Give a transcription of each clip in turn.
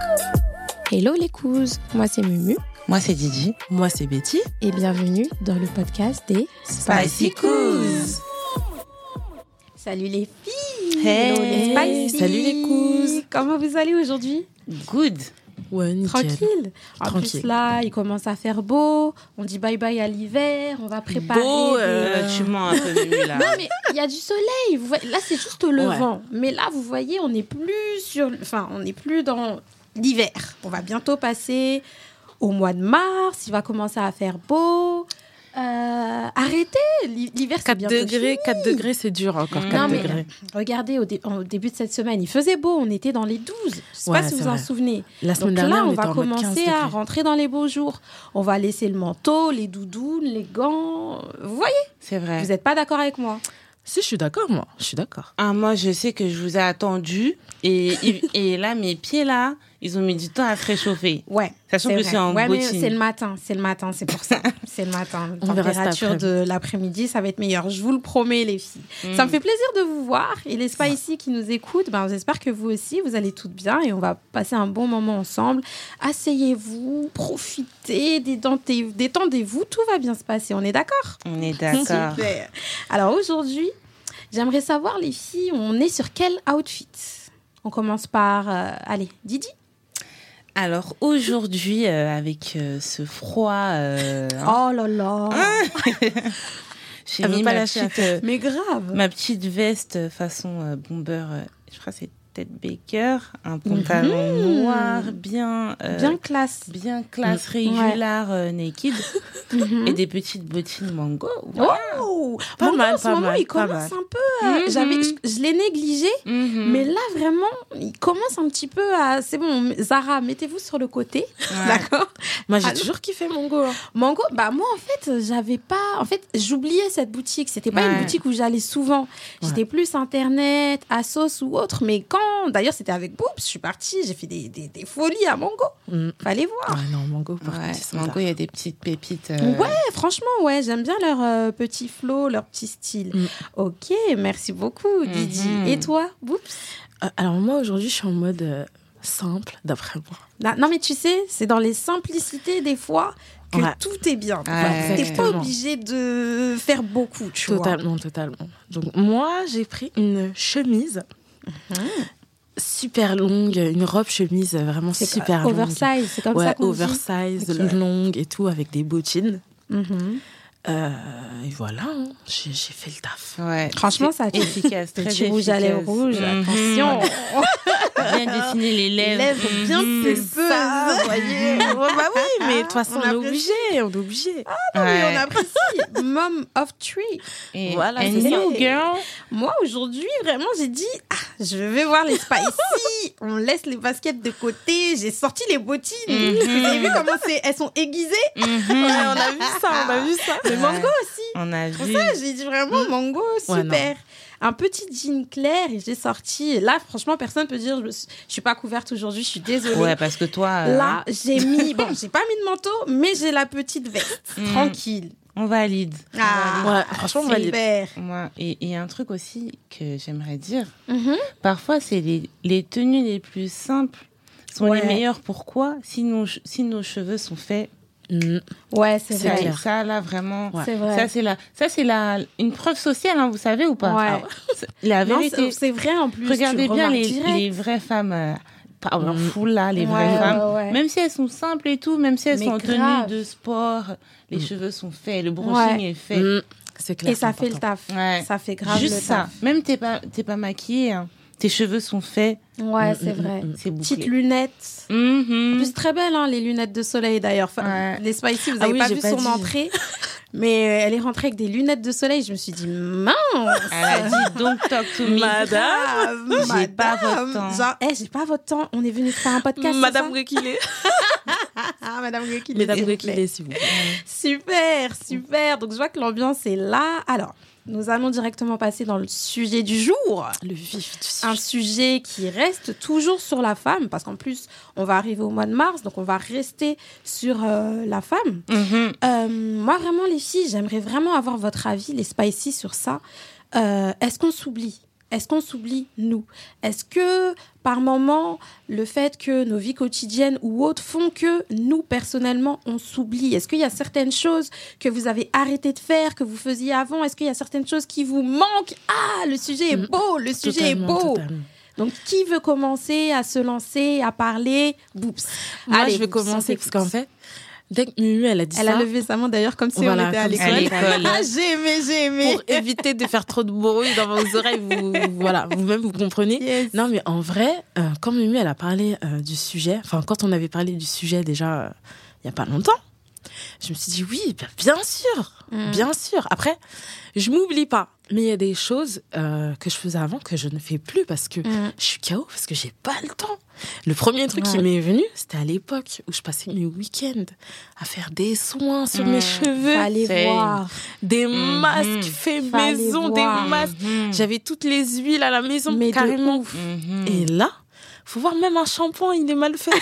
Hello les couzes, moi c'est Mumu. Moi c'est Didi. Moi c'est Betty. Et bienvenue dans le podcast des Spicy Couzes. Salut les filles. Hey. Hello les Spicy. Salut les couzes. Comment vous allez aujourd'hui? Good. Ouais, nickel. Tranquille. En Tranquille. plus là, il commence à faire beau. On dit bye bye à l'hiver. On va préparer. Beau, Tu mens un peu Mumu là. Non mais il y a du soleil. Vous voyez, là c'est juste au levant. Mais là vous voyez, on n'est plus dans l'hiver. On va bientôt passer au mois de mars. Il va commencer à faire beau. Arrêtez, l'hiver c'est 4 bientôt degrés, fini. 4 degrés, c'est dur encore. 4 Non, mais degrés. regardez, au début de cette semaine, il faisait beau, on était dans les 12. Je ne sais pas Ouais, si vous c'est en vrai. souvenez. La semaine Donc dernière, là, on on était va en mode 15 commencer à degrés. rentrer dans les beaux jours. On va laisser le manteau, les doudounes, les gants. Vous voyez, C'est vrai. vous n'êtes pas d'accord avec moi? Si, je suis d'accord, moi. Je suis d'accord. Ah, moi je sais que je vous ai attendu et là mes pieds là, ils ont mis du temps à se réchauffer. Ouais. Sachant que vrai. je suis en mais bottine. c'est le matin, c'est pour ça. C'est le matin. La On verra cet température après-midi. de l'après-midi, ça va être meilleur. Je vous le promets, les filles. Ça me fait plaisir de vous voir. Et les Spicy qui nous écoutent, j'espère que vous aussi, vous allez toutes bien et on va passer un bon moment ensemble. Asseyez-vous, profitez, détendez-vous, tout va bien se passer. On est d'accord? On est d'accord. Super. Alors aujourd'hui, j'aimerais savoir, les filles, on est sur quel outfit? On commence par, allez, Didi. Alors aujourd'hui avec ce froid, Oh là là. j'ai Elle veut mis pas ma lâcher petite, Mais grave. ma petite veste façon bomber. Je crois que c'est Ted Baker, un pantalon noir bien Bien classe. classe, régular, naked et des petites bottines mango. Oh, Pas Mango, mal, en ce pas moment, mal, il pas commence mal. un peu. Je l'ai négligé, mais là vraiment, il commence un petit peu à. C'est bon, Zara, mettez-vous sur le côté, d'accord? Moi, j'ai Ah, toujours kiffé Mango. Hein. Mango, moi en fait, j'avais pas. En fait, j'oubliais cette boutique. C'était pas une Ouais. boutique où j'allais souvent. J'étais plus internet, Asos ou autre. Mais quand, d'ailleurs, c'était avec Boops, je suis partie, j'ai fait des folies à Mango. Fallait voir. Ah non, Mango, par Ouais, contre, ils sont mango, là. il y a des petites pépites. Ouais, franchement, ouais, j'aime bien leur petit flow, leur petit style. Ok, merci beaucoup, Didi. Et toi, Boops? Alors moi, aujourd'hui, je suis en mode simple, d'après moi. Non, mais tu sais, c'est dans les simplicités, des fois, que Ouais. tout est bien. Ouais. T'es pas Exactement. obligé de faire beaucoup, tu vois. Totalement. Donc moi, j'ai pris une chemise super longue, une robe chemise vraiment C'est super longue. oversize, c'est comme Ouais, ça qu'on oversize, dit. Ok. longue et tout, avec des bottines. Mhm. Et voilà, hein, j'ai fait le taf. Ouais. Franchement, ça C'est efficace, très petit rouge à lèvres rouges, attention. Bien dessiner les lèvres. bien C'est pulpeuses. ça, vous voyez. Ouais, bah oui, mais de toute façon, On on est apprécie. obligé. Oui, Ouais. on apprécie. Mom of Three. Et, Voilà, and c'est ça. you, girl. Moi, aujourd'hui, vraiment, j'ai dit, je vais voir les Spicy. On laisse les baskets de côté. J'ai sorti les bottines. Vous avez vu comment elles sont aiguisées? Ouais, on a vu ça. Le mango aussi. On a Pour vu. ça, j'ai dit vraiment mango, Ouais, super. Un petit jean clair et j'ai sorti. Là, franchement, personne peut dire je suis pas couverte aujourd'hui, je suis désolée. Ouais, parce que toi, Là, j'ai mis, j'ai pas mis de manteau, mais j'ai la petite veste. Tranquille. on valide. Ah, Ouais, franchement, on valide. super. Moi, et un truc aussi que j'aimerais dire, Mhm. parfois, c'est les tenues les plus simples sont Ouais. les meilleures. Pourquoi? Si nos cheveux sont faits. Ouais, c'est C'est vrai. clair. Ça, là, vraiment. Ouais. C'est vrai. Ça, c'est une preuve sociale, hein, vous savez ou pas? Ouais. Ah ouais. La Non, vérité. c'est vrai en plus. Regardez tu bien remarques les direct. vraies femmes, full là, les Ouais, vraies femmes. ouais. Même si elles sont simples et tout, même si elles Mais sont en grave. tenue de sport, les cheveux sont faits, le brushing Ouais. est fait. C'est clair. Et ça c'est fait le important. taf. Ouais. Ça fait grave Juste le ça. taf. Même t'es pas maquillée, hein. Tes cheveux sont faits, Ouais, c'est vrai. c'est bouclé. Petites lunettes. Mhm. En plus, très belle, hein, les lunettes de soleil d'ailleurs. Enfin, Ouais. les Spicy, vous Ah avez oui, pas j'ai vu pas son dit. entrée. Mais elle est rentrée avec des lunettes de soleil. Je me suis dit, mince! Elle a dit don't talk to me. Madame, J'ai pas votre temps. Genre, j'ai pas votre temps. On est venu faire un podcast. Madame c'est Rekilé. ça Ah, Madame Rekilé. Madame s'il vous plaît. Rekilé, s'il vous plaît. Super, super. Donc, je vois que l'ambiance est là. Alors, nous allons directement passer dans le sujet du jour. Le vif du Un sujet. sujet qui reste toujours sur la femme, parce qu'en plus, on va arriver au mois de mars, donc on va rester sur la femme. Moi, vraiment, les filles, j'aimerais vraiment avoir votre avis, les Spicy, sur ça. Est-ce qu'on s'oublie est-ce qu'on s'oublie, nous? Est-ce que, par moment, le fait que nos vies quotidiennes ou autres font que nous, personnellement, on s'oublie? Est-ce qu'il y a certaines choses que vous avez arrêté de faire, que vous faisiez avant? Est-ce qu'il y a certaines choses qui vous manquent? Ah, le sujet est beau, le sujet est beau. Totalement. Donc, qui veut commencer à se lancer, à parler? Boups. Moi, Allez, je vais Boups, commencer on parce t'écoute. qu'en fait, dès que Mumu, elle a dit Elle ça, a levé sa main d'ailleurs comme si Voilà, on était à comme si l'école. on était à l'école. Ah, j'ai aimé. pour éviter de faire trop de bruit dans vos oreilles, vous-même, vous comprenez. Yes. Non, mais en vrai, quand Mumu, elle a parlé du sujet, enfin, quand on avait parlé du sujet déjà, il n'y a pas longtemps, je me suis dit, oui, bien sûr, bien sûr. Après, je m'oublie pas. Mais il y a des choses que je faisais avant que je ne fais plus parce que je suis KO, parce que j'ai pas le temps. Le premier truc qui m'est venu, c'était à l'époque où je passais mes week-ends à faire des soins sur mes cheveux, Fallait voir. des masques faits Fallait maison, voir. des masques. J'avais toutes les huiles à la maison, Mais de carrément. ouf. Et là, faut voir, même un shampoing, il est mal fait.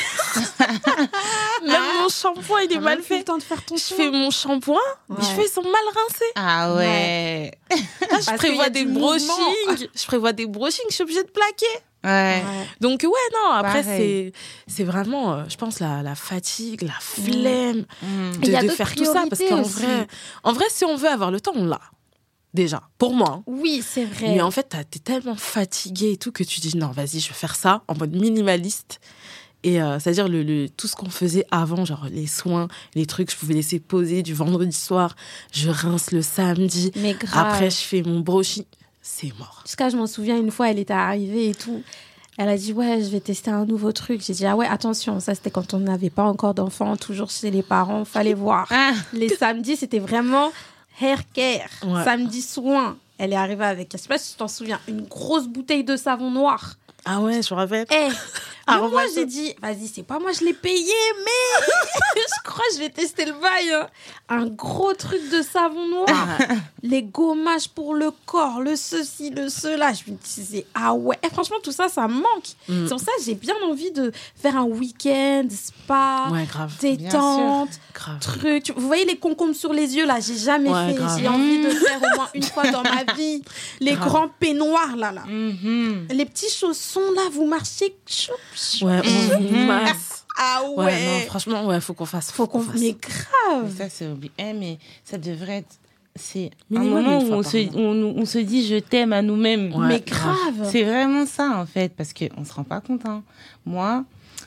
Même mon shampoing, il est mal Même plus fait. le temps de faire ton Je soin. fais mon shampoing, Ouais. mes cheveux, ils sont mal rincés. Ah ouais. Là, je Parce qu'il y prévois a des du mouvement. brushings. Je prévois des brushings, je suis obligée de plaquer. Ouais. Donc, ouais, non, après, Pareil. c'est vraiment, je pense, la fatigue, la flemme Il y a de d'autres faire tout ça. Parce priorités qu'en aussi. vrai, si on veut avoir le temps, on l'a. Déjà, pour moi. Hein. Oui, c'est vrai. Mais en fait, t'es tellement fatigué et tout que tu dis, non, vas-y, je vais faire ça en mode minimaliste. Et c'est-à-dire tout ce qu'on faisait avant, genre les soins, les trucs, je pouvais laisser poser du vendredi soir, je rince le samedi, Mais grave. après je fais mon brushing, c'est mort. Jusqu'à, je m'en souviens, une fois, elle était arrivée et tout. Elle a dit, ouais, je vais tester un nouveau truc. J'ai dit, ah ouais, attention, ça c'était quand on n'avait pas encore d'enfants, toujours chez les parents, fallait voir. Ah. Les samedis, c'était vraiment hair care, Ouais. samedi soin. Elle est arrivée avec, je sais pas si tu t'en souviens, une grosse bouteille de savon noir. Ah ouais, je me rappelle. Eh, Ah, même moi ouais, j'ai dit, vas-y, c'est pas moi, je l'ai payé, mais je crois que je vais tester le bail. Hein. Un gros truc de savon noir, les gommages pour le corps, le ceci, le cela. Je me disais, ah ouais, eh, franchement, tout ça, ça me manque. C'est pour ça que j'ai bien envie de faire un week-end, spa, Ouais, grave. détente, Grave. truc. Vous voyez les concombres sur les yeux, là, j'ai jamais Ouais, fait. grave. J'ai envie de le faire au moins une fois dans ma vie. Les Grave. grands peignoirs, là. Mhm. Les petits chaussons, là, vous marchez. Choup, choup. Ouais, on vous masse. Ah ouais. Ouais, non, franchement, ouais, faut qu'on fasse. Faut qu'on. fasse. Mais grave. Mais ça, c'est oublié. Mais ça devrait être. C'est un Minimum moment une où fois on par se, mois. on se dit je t'aime à nous-mêmes. Ouais, Mais grave. grave. C'est vraiment ça, en fait, parce qu'on ne se rend pas compte. Hein. Moi,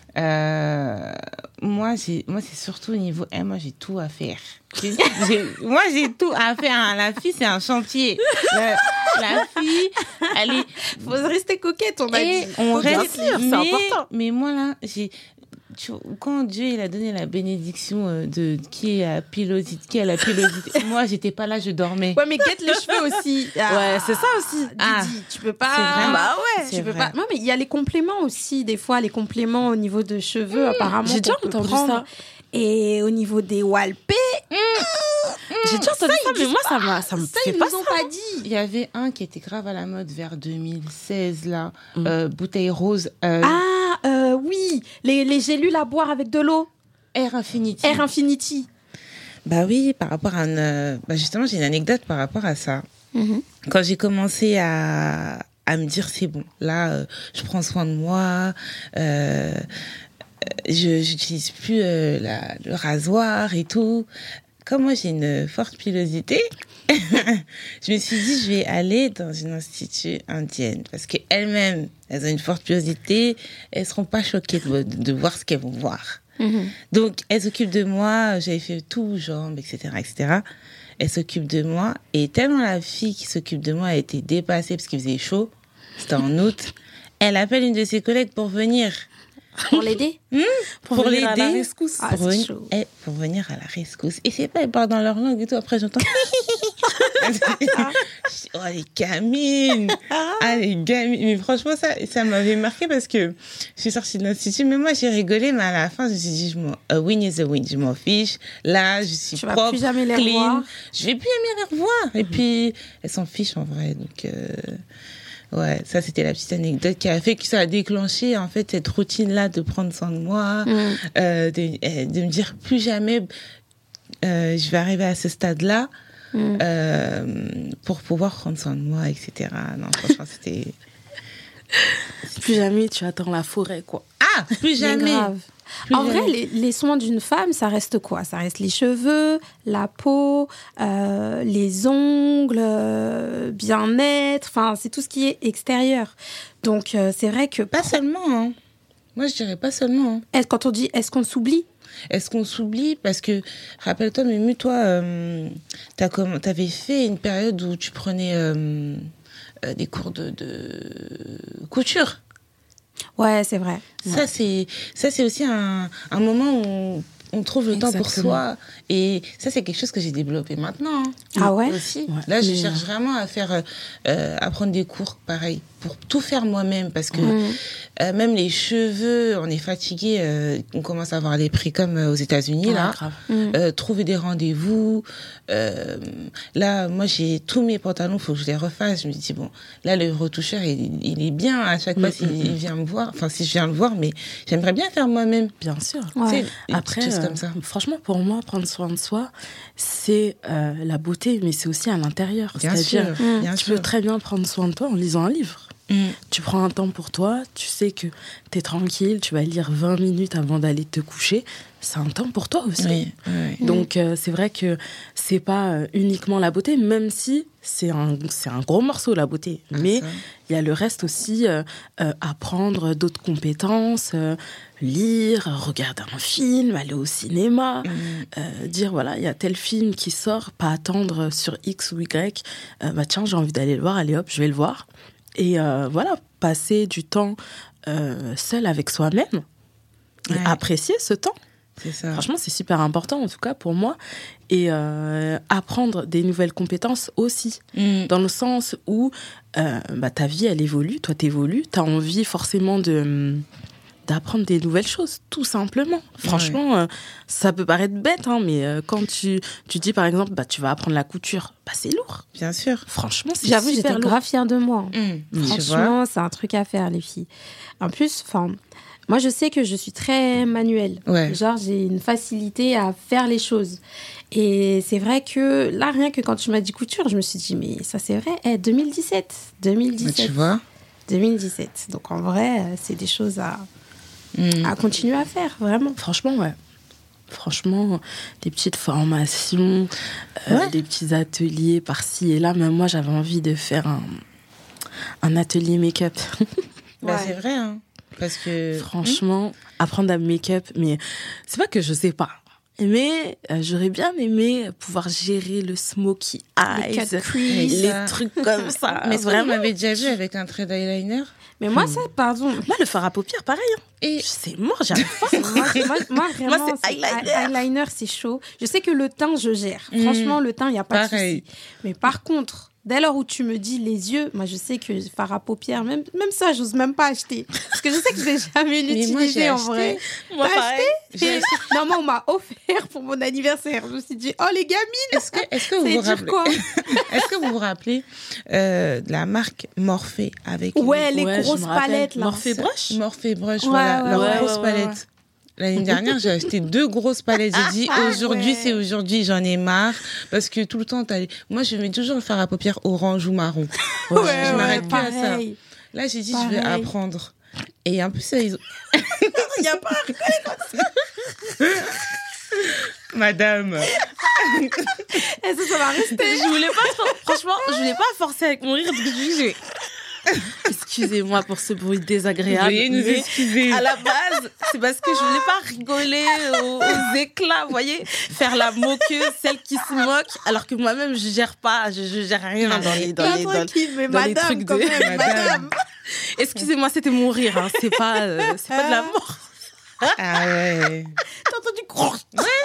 c'est surtout au niveau. Moi, j'ai tout à faire. Moi, j'ai tout à faire. Hein. La fille, c'est un chantier. La fille, elle est. Faut rester coquette, on a Et dit. on bien reste. sûr, c'est important. Mais moi, là, quand Dieu il a donné la bénédiction de qui a la pilosité, moi, j'étais pas là, je dormais. Ouais, mais guette les cheveux aussi. Ouais, c'est ça aussi. Didi, tu peux pas. C'est vrai. Bah ouais. C'est Tu peux vrai. pas. Non, mais il y a les compléments aussi, des fois, les compléments au niveau de cheveux, apparemment. J'ai déjà qu'on peut entendu prendre. ça. Et au niveau des walpés, J'ai déjà entendu ça, mais moi, ça me ça, fait ils pas nous ont ça. pas dit. Il y avait un qui était grave à la mode vers 2016, là. Bouteille rose. Oui, les gélules à boire avec de l'eau. Air Infinity. Air Infinity. Bah oui, par rapport à justement, j'ai une anecdote par rapport à ça. Quand j'ai commencé à me dire, c'est bon, là, je prends soin de moi, je n'utilise plus le rasoir et tout. Comme moi, j'ai une forte pilosité, je me suis dit, je vais aller dans une institut indienne. Parce qu'elles-mêmes, elles ont une forte pilosité, elles ne seront pas choquées de voir ce qu'elles vont voir. Donc, elles s'occupent de moi, j'avais fait tout, jambes, etc., etc. Elles s'occupent de moi. Et tellement la fille qui s'occupe de moi a été dépassée parce qu'il faisait chaud, c'était en août, elle appelle une de ses collègues pour venir. Pour l'aider. Pour venir à la l'aider. rescousse. Ah, Pour c'est venir- chaud. pour venir à la rescousse. Et c'est pas, ils parlent dans leur langue et tout. Après, j'entends. Oh, les gamines! Ah, les gamines! Mais franchement, ça m'avait marqué parce que je suis sortie de l'institut. Mais moi, j'ai rigolé, mais à la fin, je me suis dit, a win is a win. Je m'en fiche. Là, je suis Tu vas propre, plus jamais les clean. revoir. Je vais plus jamais les revoir. Et puis, elles s'en fichent en vrai. Donc, ouais, ça, c'était la petite anecdote qui a fait que ça a déclenché, en fait, cette routine-là de prendre soin de moi, de me dire plus jamais, je vais arriver à ce stade-là pour pouvoir prendre soin de moi, etc. Non, franchement, c'était... Plus jamais tu attends la forêt, quoi. Ah, plus jamais. Grave. En vrai, les soins d'une femme, ça reste quoi? Ça reste les cheveux, la peau, les ongles, bien-être. Enfin, c'est tout ce qui est extérieur. Donc, c'est vrai que... Pas seulement, hein. Moi, je dirais pas seulement. Hein. Quand on dit est-ce qu'on s'oublie? Est-ce qu'on s'oublie? Parce que, rappelle-toi, Mumu, toi, t'avais fait une période où tu prenais des cours de couture. Ouais, c'est vrai. Ça, c'est aussi un moment où on trouve le temps pour soi. Et ça, c'est quelque chose que j'ai développé maintenant. Hein. Ah ouais? Aussi. Ouais. Là, je cherche vraiment à prendre des cours, pareil, pour tout faire moi-même. Parce que même les cheveux, on est fatigué. On commence à avoir les prix comme aux États-Unis, là. Trouver des rendez-vous. Là, moi, j'ai tous mes pantalons, il faut que je les refasse. Je me dis, bon, là, le retoucheur, il est bien à chaque fois s'il vient me voir. Enfin, si je viens le voir, mais j'aimerais bien faire moi-même. Bien sûr. Ouais. Après, comme ça. Franchement, pour moi, prendre soin de soi, c'est la beauté, mais c'est aussi à l'intérieur. C'est-à-dire, tu peux très bien prendre soin de toi en lisant un livre. Tu prends un temps pour toi, tu sais que tu es tranquille, tu vas lire 20 minutes avant d'aller te coucher. C'est un temps pour toi aussi. Oui. Donc, c'est vrai que c'est pas uniquement la beauté, même si c'est un gros morceau, la beauté. Mais il y a le reste aussi, apprendre d'autres compétences, lire, regarder un film, aller au cinéma, dire, voilà, il y a tel film qui sort, pas attendre sur X ou Y. Tiens, j'ai envie d'aller le voir, allez hop, je vais le voir. Et voilà, passer du temps seul avec soi-même et apprécier ce temps. C'est ça. Franchement, c'est super important, en tout cas pour moi. Et apprendre des nouvelles compétences aussi. Dans le sens où ta vie, elle évolue, toi, t'évolues, t'as envie forcément d'apprendre des nouvelles choses, tout simplement. Franchement, ça peut paraître bête, hein, mais quand tu dis, par exemple, tu vas apprendre la couture, c'est lourd. Bien sûr. Franchement, c'est J'avoue, super j'étais lourd. grave fière de moi. Franchement, c'est un truc à faire, les filles. En plus, moi, je sais que je suis très manuelle. Ouais. Genre, j'ai une facilité à faire les choses. Et c'est vrai que là, rien que quand tu m'as dit couture, je me suis dit, mais ça, c'est vrai. 2017. Mais tu vois 2017. Donc, en vrai, c'est des choses à continuer à faire, vraiment. Franchement, ouais. Franchement, des petites formations, des petits ateliers par-ci et là. Même moi, j'avais envie de faire un atelier make-up. C'est vrai, hein. Parce que... Franchement, apprendre à make-up, mais c'est pas que je sais pas. Mais j'aurais bien aimé pouvoir gérer le smokey eyes, les trucs comme ça. Mais vraiment, vous m'avez déjà vu avec un trait d'eyeliner. Mais moi, ça, pardon. Moi, le fard à paupières, pareil. Hein. Et c'est mort, j'arrive pas. moi, vraiment, moi, c'est eyeliner, c'est chaud. Je sais que le teint, je gère. Franchement, le teint, il n'y a pas de souci. Mais par contre, dès lors où tu me dis les yeux, moi, je sais que fard à paupières, même ça, j'ose même pas acheter. Parce que je sais que je vais jamais l'utiliser en vrai. Moi, pareil. Non, moi, on m'a offert pour mon anniversaire. Je me suis dit, oh, les gamines. Est-ce que vous vous rappelez quoi Est-ce que vous vous rappelez de la marque Morphe avec les grosses palettes là. Morphe Brush. Morphe Brush, voilà, leur grosse palette. L'année dernière, j'ai acheté 2 grosses palettes. J'ai dit, c'est aujourd'hui, j'en ai marre. Parce que tout le temps, moi, je mets toujours le fard à paupières orange ou marron. Je m'arrête plus à ça. Là, j'ai dit, je vais apprendre. Et en plus, ils ont... Il n'y a pas à rigoler comme ça. Madame. Est-ce que ça va rester? Franchement, je voulais pas forcer avec mon rire parce que je dis, excusez-moi pour ce bruit désagréable. Veuillez nous excuser. À la base, c'est parce que je voulais pas rigoler aux éclats, vous voyez, faire la moqueuse, celle qui se moque, alors que moi-même je gère pas, je gère rien dans les trucs de madame. Excusez-moi, c'était mon rire, hein. C'est pas de la mort. Ah ouais. T'as entendu croire?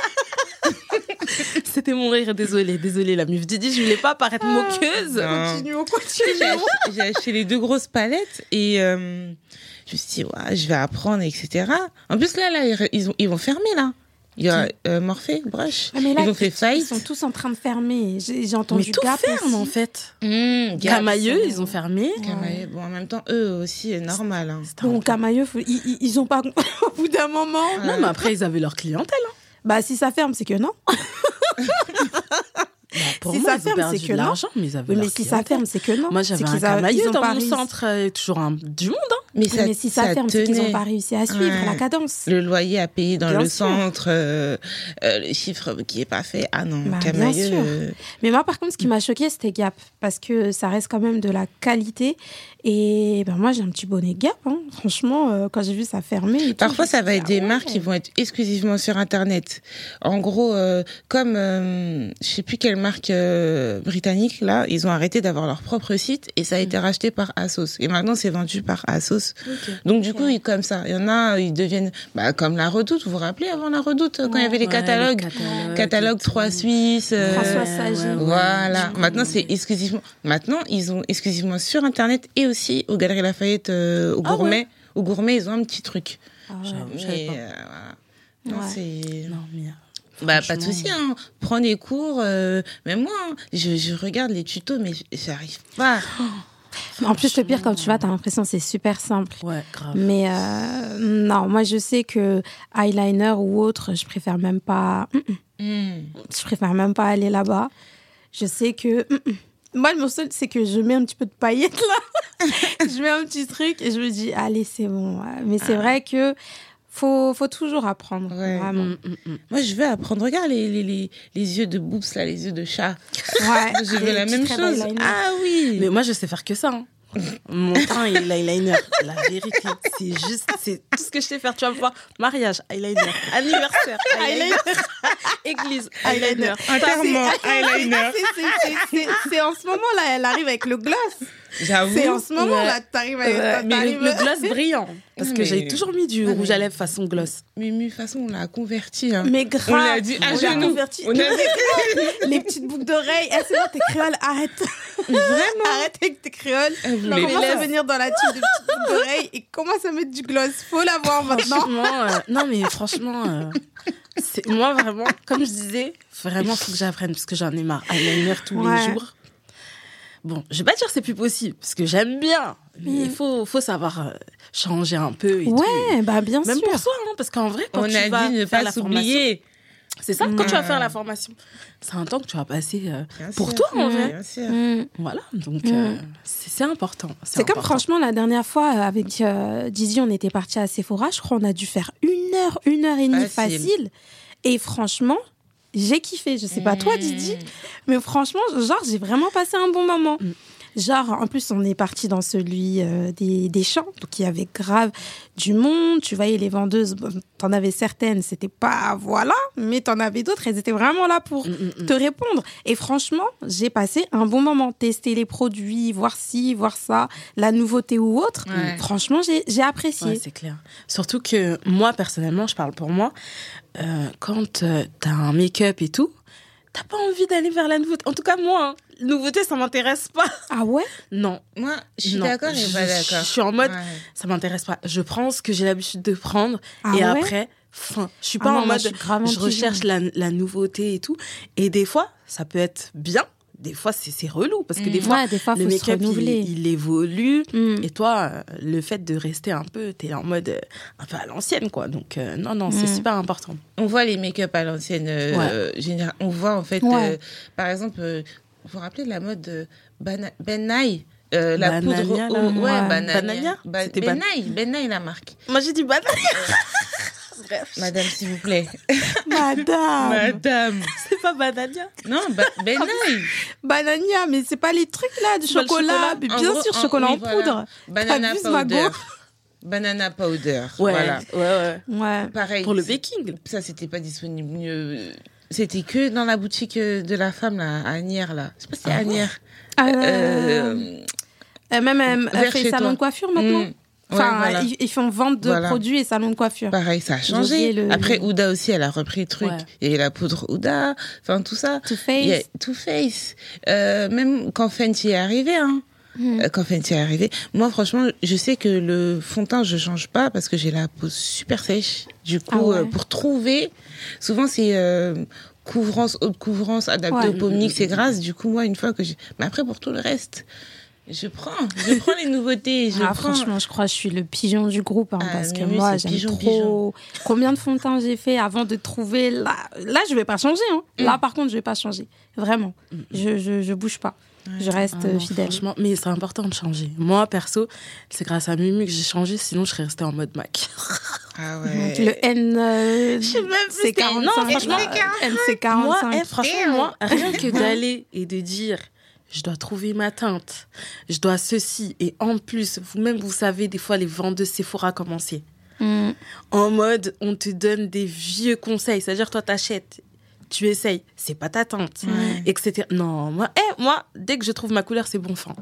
C'était mon rire, désolée la meuf Didi, je voulais pas paraître moqueuse. Continuons. J'ai acheté les 2 grosses palettes et je me suis dit, je vais apprendre, etc. En plus, là ils vont fermer, là. Il y a Morphe Brush. Mais là, ils ont fait Fight. Ils sont tous en train de fermer. J'ai entendu mais tout Gap ferme, aussi. en fait. Camailleux, ils ont fermé. Camailleux, bon, en même temps, eux aussi, c'est normal. Hein. Bon, Camailleux, ils ont pas... Au bout d'un moment... Non, mais après, ils avaient leur clientèle. Hein. Si ça ferme, c'est que non. pour si moi, ça ils ont ferme, perdu c'est de que non. l'argent, mais ils avaient Oui, mais leur si ça clientèle. ferme, c'est que non. Moi, j'avais C'est un qu'ils a- camailleux ils ont dans pas mon réussi. centre, toujours du monde. Hein. Mais Oui, mais si ça ferme, c'est qu'ils n'ont tenait. pas réussi à suivre Ouais. la cadence. Le loyer à payer dans Bien le sûr. centre, le chiffre qui est pas fait. Ah non, Bah, camailleux. bien sûr. Mais moi, par contre, ce qui m'a choqué, c'était Gap. Parce que ça reste quand même de la qualité. Et ben, moi, j'ai un petit bonnet Gap. Hein. Franchement, quand j'ai vu ça fermer. Et tout, Parfois, je ça me va suis être dit, des ah ouais. marques qui vont être exclusivement sur Internet. En gros, comme je sais plus quelle marque britannique, là, ils ont arrêté d'avoir leur propre site et ça a été racheté par Asos. Et maintenant, c'est vendu par Asos. Donc, du coup, comme ça, il y en a, ils deviennent comme la Redoute. Vous vous rappelez avant la Redoute, quand il y avait les catalogues Catalogue 3 Suisse. François Saget. Voilà. Maintenant, c'est exclusivement. Maintenant, ils ont exclusivement sur Internet et aussi aux Galeries Lafayette, au Ah Gourmet. ouais. Au Gourmet, ils ont un petit truc. Ah ouais. Je savais Mais, pas. voilà. Non, Ouais. c'est. Non, mais... Pas de franchement, souci, hein. Prends des cours. Même moi, hein, je regarde les tutos, mais j'arrive pas. En plus, le pire, quand tu vas, t'as l'impression que c'est super simple. Ouais, grave. Mais non, moi, je sais que eyeliner ou autre, je préfère même pas. Je préfère même pas aller là-bas. Je sais que. Moi, mon seul, c'est que je mets un petit peu de paillettes là. Je mets un petit truc et je me dis, allez, c'est bon. Mais c'est vrai que faut toujours apprendre. Ouais. Vraiment. Moi, je veux apprendre. Regarde les yeux de boobs, là, les yeux de chat. Ouais. Je veux la Des même petits chose. eyeliner. Ah oui. Mais moi, je sais faire que ça. Hein. Mon teint et l'eyeliner. La vérité, c'est tout ce que je sais faire. Tu vas me voir. Mariage, eyeliner. Anniversaire, eyeliner. Église, eyeliner. Enterrement, eyeliner. C'est en ce moment-là, elle arrive avec le gloss. J'avoue. C'est en ce moment-là, t'arrives avec Mais t'arrives- le gloss brillant. Parce que Mais- j'ai toujours mis du rouge à lèvres façon gloss. Mais de toute façon, on l'a converti. Hein. Mais grave. On l'a dit à On l'a genoux. converti. On a dit- Les petites boucles d'oreilles. Eh, c'est bon, t'es créole, arrête. Vraiment. Arrête avec tes créoles. Elle voulait Commence à pas. venir dans la team de petites boucles d'oreilles et commence à mettre du gloss. Faut l'avoir maintenant. Franchement, non mais franchement, moi vraiment, comme je disais, vraiment faut que j'apprenne parce que j'en ai marre. Eyeliner tous Ouais. les jours. Bon, je vais pas dire que c'est plus possible parce que j'aime bien, mais il faut savoir changer un peu. Et tout. Ouais, bah bien Même sûr. pour soi, hein, parce qu'en vrai, quand On tu a vas dit ne faire pas la formation, s'oublier. c'est ça. Quand tu vas faire la formation, c'est un temps que tu vas passer Bien pour sûr. toi en vrai. Bien sûr. Voilà, donc c'est important. C'est comme franchement la dernière fois avec Didi, on était parti à Sephora, je crois on a dû faire une heure et demie facile. Et franchement, j'ai kiffé. Je sais pas toi Didi, mais franchement, genre j'ai vraiment passé un bon moment. Genre, en plus, on est parti dans celui des champs, donc il y avait grave du monde. Tu voyais les vendeuses, bon, t'en avais certaines, c'était pas voilà, mais t'en avais d'autres, elles étaient vraiment là pour te répondre. Et franchement, j'ai passé un bon moment. Tester les produits, voir ci, voir ça, la nouveauté ou autre. Ouais. Franchement, j'ai apprécié. Ouais, c'est clair. Surtout que moi, personnellement, je parle pour moi, quand t'as un make-up et tout, t'as pas envie d'aller vers la nouveauté. En tout cas, moi, hein, nouveauté, ça m'intéresse pas. Ah ouais? Non. Moi, je suis Non, d'accord et pas d'accord. Je suis en mode, Ouais. ça m'intéresse pas. Je prends ce que j'ai l'habitude de prendre Ah et ouais? après, fin. Je suis pas non, en moi, mode, je suis grave je anti-genre. recherche la nouveauté et tout. Et des fois, ça peut être bien. Des fois, c'est relou parce que des fois, Ouais, des fois, le faut se make-up, renouveler. il évolue. Mm. Et toi, le fait de rester un peu, t'es en mode un peu à l'ancienne, quoi. Donc, non, c'est super important. On voit les make-up à l'ancienne. On voit en fait, Ouais. par exemple, vous vous rappelez de la mode de Ben Nye la Banania, poudre là. ouais, Ouais. Banania. Banania C'était Ben Nye la marque. Moi, j'ai dit banane. Bref, Madame, s'il vous plaît. Madame. Madame. c'est pas banania. Non, Ben Nye. Banania, mais c'est pas les trucs là, du C'est pas le chocolat. chocolat. Mais En bien gros, sûr, chocolat oui, en voilà. poudre. Banana T'as vu ce magot? powder. Banana powder. Ouais, Voilà. ouais. Ouais. Pareil. Pour le baking. Ça, c'était pas disponible. C'était que dans la boutique de la femme, là, à Agnières, là. Je sais pas si c'est Agnières. Même elle vers fait chez salon toi. de coiffure maintenant. Enfin, voilà. ils font vente de Voilà. produits et salon de coiffure. Pareil, ça a J'ai changé. oublié Après, Ouda aussi, elle a repris le truc. Ouais. Il y a la poudre Ouda, enfin tout ça. Too Il y a Faced. Too Faced. Même quand Fenty est arrivé, hein. Quand Fenty est arrivé, moi franchement, je sais que le fond de teint, je change pas parce que j'ai la peau super sèche. Du coup, Ah ouais. pour trouver, souvent c'est couvrance, haute couvrance, adaptée Ouais. aux peaux mixtes et grasses. Du coup, moi, une fois que j'ai... Mais après, pour tout le reste... je prends les nouveautés. Franchement, je crois que je suis le pigeon du groupe parce que moi, j'aime pigeon. trop. Combien de fonds de teint j'ai fait avant de trouver là, je vais pas changer. Là, par contre, je vais pas changer. Vraiment, je bouge pas. Je reste fidèle. Franchement, mais c'est important de changer. Moi, perso, c'est grâce à Mumu que j'ai changé, sinon je serais restée en mode Mac. Ah ouais. Le N, c'est 45. Non, franchement, NC45. Moi, rien que d'aller et de dire, je dois trouver ma teinte, je dois ceci, et en plus, vous-même, vous savez, des fois, les vendeuses Sephora commencer. En mode, on te donne des vieux conseils, c'est-à-dire, toi, t'achètes, tu essayes, c'est pas ta teinte, etc. Non, moi, dès que je trouve ma couleur, c'est bon fin.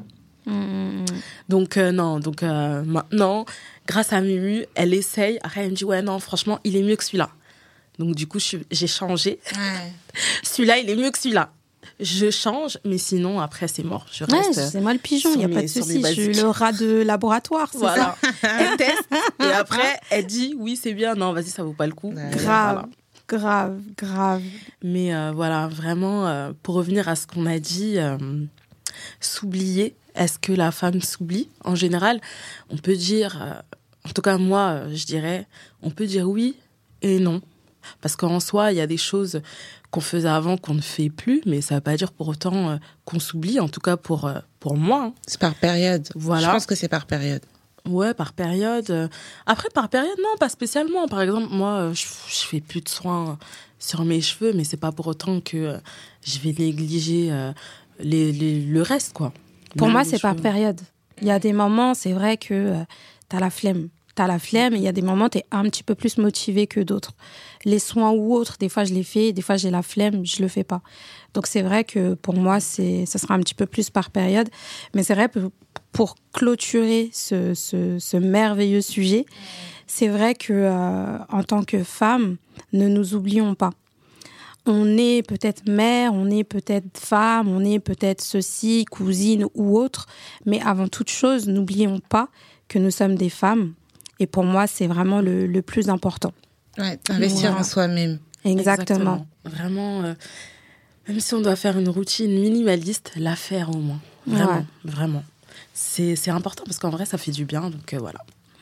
Donc, maintenant, grâce à Mumu, elle essaye. Après, elle me dit, ouais, non, franchement, il est mieux que celui-là. Donc, du coup, j'ai changé. Ouais. Celui-là, il est mieux que celui-là. Je change, mais sinon, après, c'est mort. Je reste c'est moi le pigeon, il n'y a pas de souci. Je suis le rat de laboratoire, c'est ça. Elle teste, et après, elle dit, oui, c'est bien. Non, vas-y, ça vaut pas le coup. Grave. Mais voilà, vraiment, pour revenir à ce qu'on a dit, s'oublier. Est-ce que la femme s'oublie ? En général, on peut dire, en tout cas moi, je dirais, on peut dire oui et non. Parce qu'en soi, il y a des choses qu'on faisait avant qu'on ne fait plus, mais ça ne veut pas dire pour autant qu'on s'oublie, en tout cas pour moi. C'est par période. Voilà. Je pense que c'est par période. Ouais, par période. Après, par période, non, pas spécialement. Par exemple, moi, je fais plus de soins sur mes cheveux, mais c'est pas pour autant que je vais négliger le reste, quoi. Pour moi, c'est par période. Il y a des moments, c'est vrai que t'as la flemme. Et il y a des moments, t'es un petit peu plus motivé que d'autres. Les soins ou autres, des fois, je les fais. Des fois, j'ai la flemme, je le fais pas. Donc, c'est vrai que pour moi, ça sera un petit peu plus par période. Mais c'est vrai, pour clôturer ce merveilleux sujet, c'est vrai que en tant que femme, ne nous oublions pas. On est peut-être mère, on est peut-être femme, on est peut-être ceci, cousine ou autre. Mais avant toute chose, n'oublions pas que nous sommes des femmes. Et pour moi, c'est vraiment le plus important. Ouais, investir en soi-même. Exactement. Vraiment, même si on doit faire une routine minimaliste, la faire au moins. Vraiment. C'est important parce qu'en vrai, ça fait du bien. Donc voilà.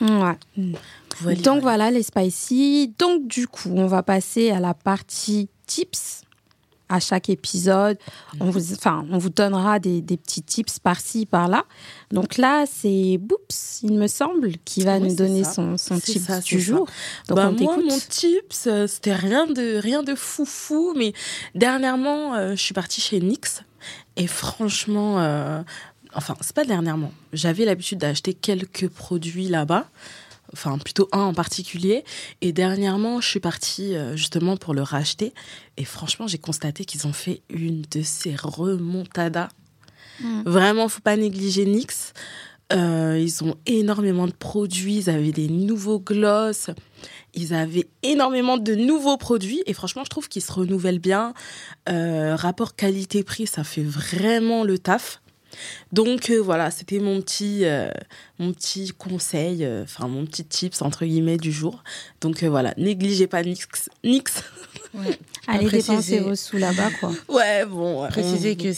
Ouais. Donc voilà les spicy. Donc du coup, on va passer à la partie tips. À chaque épisode, on vous donnera des petits tips par-ci, par-là. Donc là, c'est Boops, il me semble, qui va nous donner son tips du jour. Donc on t'écoute. Mon tips, c'était rien de foufou, mais dernièrement, je suis partie chez NYX et franchement, c'est pas dernièrement. J'avais l'habitude d'acheter quelques produits là-bas. Enfin, plutôt un en particulier. Et dernièrement, je suis partie justement pour le racheter. Et franchement, j'ai constaté qu'ils ont fait une de ces remontadas. Vraiment, faut pas négliger NYX. Ils ont énormément de produits. Ils avaient des nouveaux gloss. Ils avaient énormément de nouveaux produits. Et franchement, je trouve qu'ils se renouvellent bien. Rapport qualité-prix, ça fait vraiment le taf. Donc voilà, c'était mon petit conseil, mon petit tips entre guillemets du jour. Donc voilà, négligez pas NYX. Ouais. Allez dépenser vos sous là-bas, quoi. Ouais, bon. Préciser que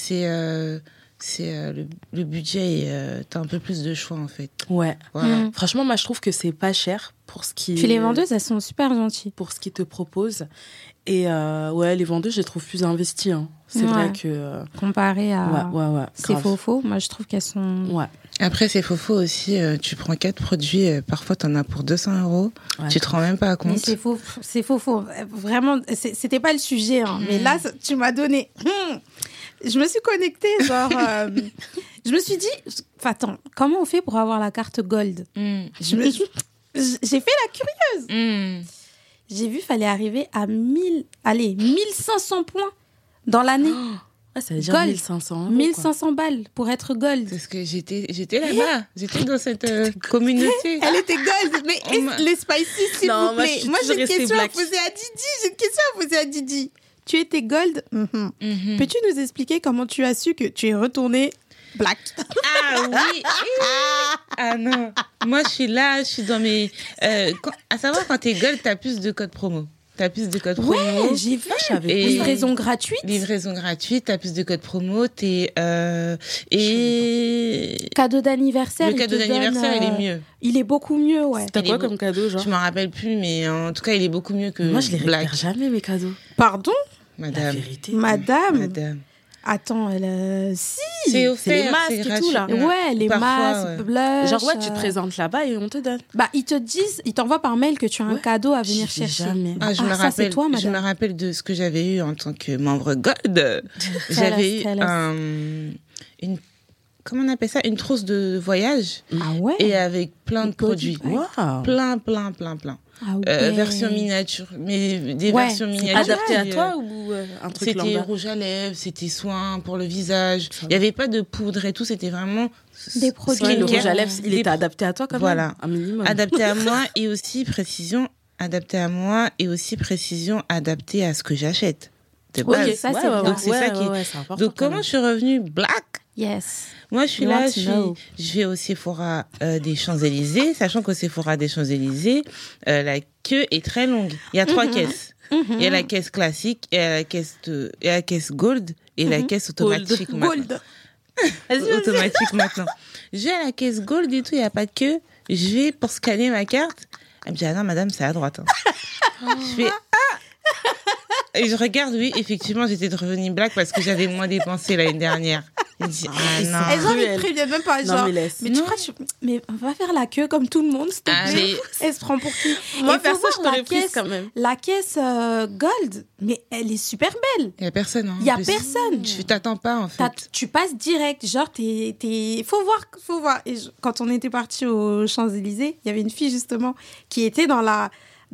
le budget, t'as un peu plus de choix en fait. Ouais. Voilà. Franchement, moi je trouve que c'est pas cher pour ce qui. Puis les vendeuses, elles sont super gentilles. Pour ce qu'ils te proposent. Et les vendeuses, je les trouve plus investies. Hein. C'est vrai que... comparé à ces faux, moi je trouve qu'elles sont... Ouais. Après, ces faux aussi, tu prends 4 produits, parfois t'en as pour 200 €, tu te rends même pas compte. Mais c'est faux. Vraiment, c'était pas le sujet, hein. Mais là, tu m'as donné... Je me suis connectée, je me suis dit, attends, comment on fait pour avoir la carte Gold ? J'ai fait la curieuse. J'ai vu, fallait arriver à 1500 points dans l'année. Ça veut dire Gold. 1500 €. 1500 balles pour être Gold. Parce que j'étais là-bas. J'étais dans cette communauté. Elle était Gold. Mais les spicy, s'il vous plaît. Moi, j'ai une question à poser à Didi. Tu étais Gold. Peux-tu nous expliquer comment tu as su que tu es retournée Black? Ah oui. Ah non. Moi, je suis là, je suis dans mes... à savoir, quand t'es Gold, t'as plus de codes promo. T'as plus de codes promo. Ouais, j'ai vu. J'avais Et- pas Livraison gratuite. Livraison gratuite, t'as plus de codes promo, et Cadeau d'anniversaire. le il cadeau te d'anniversaire, donne, il est mieux. Il est beaucoup mieux, ouais. T'as Il quoi est comme cadeau, genre? Je m'en rappelle plus, mais en tout cas, il est beaucoup mieux que Moi, je les Black. récupère jamais, mes cadeaux. Pardon, La Madame. vérité. madame. Madame. Attends, si. C'est offert, les masques c'est et gratuit. tout, là. Ouais, les Parfois, masques, ouais. blush. Genre, ouais, tu te présentes là-bas et on te donne. Bah, ils te disent, ils t'envoient par mail que tu as un Ouais. cadeau à venir J'y vais chercher. jamais. Ah, je me ça, c'est rappelle, toi, je me madame. rappelle de ce que j'avais eu en tant que membre Gold. J'avais eu tell us. une, comment on appelle ça? Une trousse de voyage Ah ouais. et avec plein de produits. Ouais. Waouh. Plein. Ah ouais. Version miniature, mais des Ouais, versions c'est miniatures. Adapté à qui, toi ou un truc C'était lambda? rouge à lèvres, c'était soin pour le visage. Ça Il va. n'y avait pas de poudre et tout, c'était vraiment Des produits. Ouais, le skincare. rouge à lèvres, il Des était adapté à toi quand Voilà. même. Un minimum. adapté à moi et aussi précision adapté à moi et aussi précision adaptée à ce que j'achète. De Oui, base. ça, c'est bien. Donc, c'est ça qui est- c'est important. Donc quand comment même. je suis revenue black? Yes. Moi, je suis You là, want to know. je vais au Sephora des Champs-Élysées, sachant qu'au Sephora des Champs-Élysées, la queue est très longue. Il y a 3 caisses. Il y a la caisse classique, il y a la caisse gold et la caisse automatique. maintenant. Gold. Automatique maintenant. Je vais à la caisse gold et tout, il n'y a pas de queue. Je vais pour scanner ma carte. Elle me dit, ah non, madame, c'est à droite. Hein. Je fais, ah! Et je regarde, oui, effectivement, j'étais revenue black parce que j'avais moins dépensé l'année dernière. Je dis, ah ils non. Et genre, ils Cruel. te préviennent même pas. Non, Genre, mais laisse. mais tu crois, mais va faire la queue comme tout le monde, s'il te plaît. Allez. Elle se prend pour qui? Moi, Et faut perso, voir je t'aurais la prise caisse, quand même. la caisse gold, mais elle est super belle. Il n'y a personne. Hein, Il y a en plus. personne. Je t'attends pas, en fait. Tu passes direct, genre faut voir. Et quand on était parti aux Champs-Élysées, il y avait une fille justement qui était dans la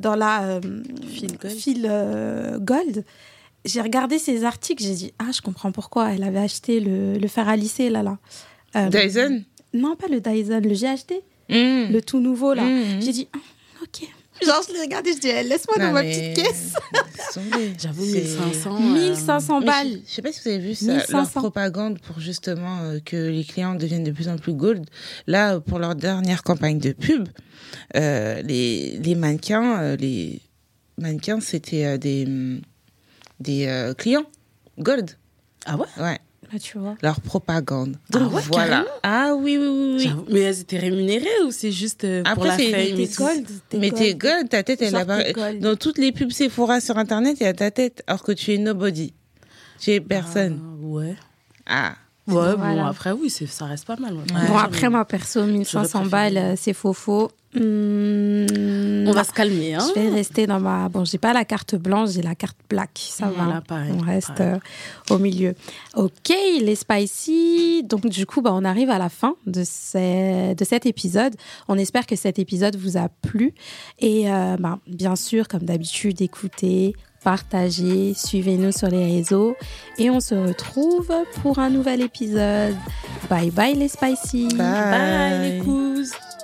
file gold. J'ai regardé ses articles, j'ai dit je comprends pourquoi elle avait acheté le fer à lisser là. Dyson? Non, pas le Dyson, le GHD, Mmh. le tout nouveau là. Mmh. J'ai dit ok. Genre je l'ai regardé, je dis laisse-moi dans Non, ma mais- petite caisse. Laisse tomber. J'avoue, C'est- 1500. 1500 Mais balles. je sais pas si vous avez vu ça, 1500. leur propagande pour justement que les clients deviennent de plus en plus gold. Là, pour leur dernière campagne de pub, les mannequins, c'était des clients gold. Ah ouais? Ouais, Bah, tu vois. leur propagande. Ah Donc ouais, voilà. carrément. Ah oui, oui, oui, oui. J'avoue. Mais elles étaient rémunérées ou c'est juste pour Après, la c'est- fame? T'es et tout gold. Mais t'es gold, ta tête, elle Genre, apparaît. t'es gold. Dans toutes les pubs Sephora sur Internet, il y a ta tête, alors que tu es nobody. Tu es personne. Ah, ouais. Ah. Ouais, bon, Voilà. après, oui, ça reste pas mal. Ouais. Bon, après, moi, perso, 1500 balles, c'est faux. On va se calmer, hein. Je vais rester dans ma... Bon, j'ai pas la carte blanche, j'ai la carte black. Ça Voilà, va. pareil, On reste pareil. au milieu. Ok, les spicy. Donc, du coup, on arrive à la fin de cet épisode. On espère que cet épisode vous a plu. Et bien sûr, comme d'habitude, écoutez, partagez, suivez-nous sur les réseaux. Et on se retrouve pour un nouvel épisode. Bye bye les spicy. Bye. Bye, les cousses.